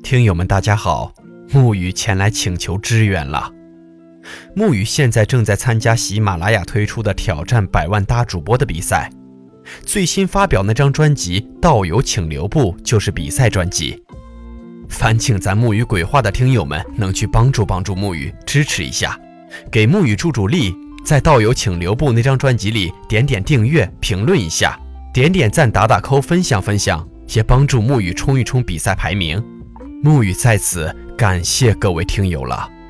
听友们大家好，木鱼前来请求支援了。木鱼现在正在参加喜马拉雅推出的挑战100万大主播的比赛，最新发表那张专辑《道友请留步》就是比赛专辑。烦请咱木鱼鬼话的听友们能去帮助木鱼，支持一下，给木鱼助力，在《道友请留步》那张专辑里点订阅、评论一下，点赞、打扣、分享，也帮助木鱼冲一冲比赛排名。木鱼在此感谢各位听友了。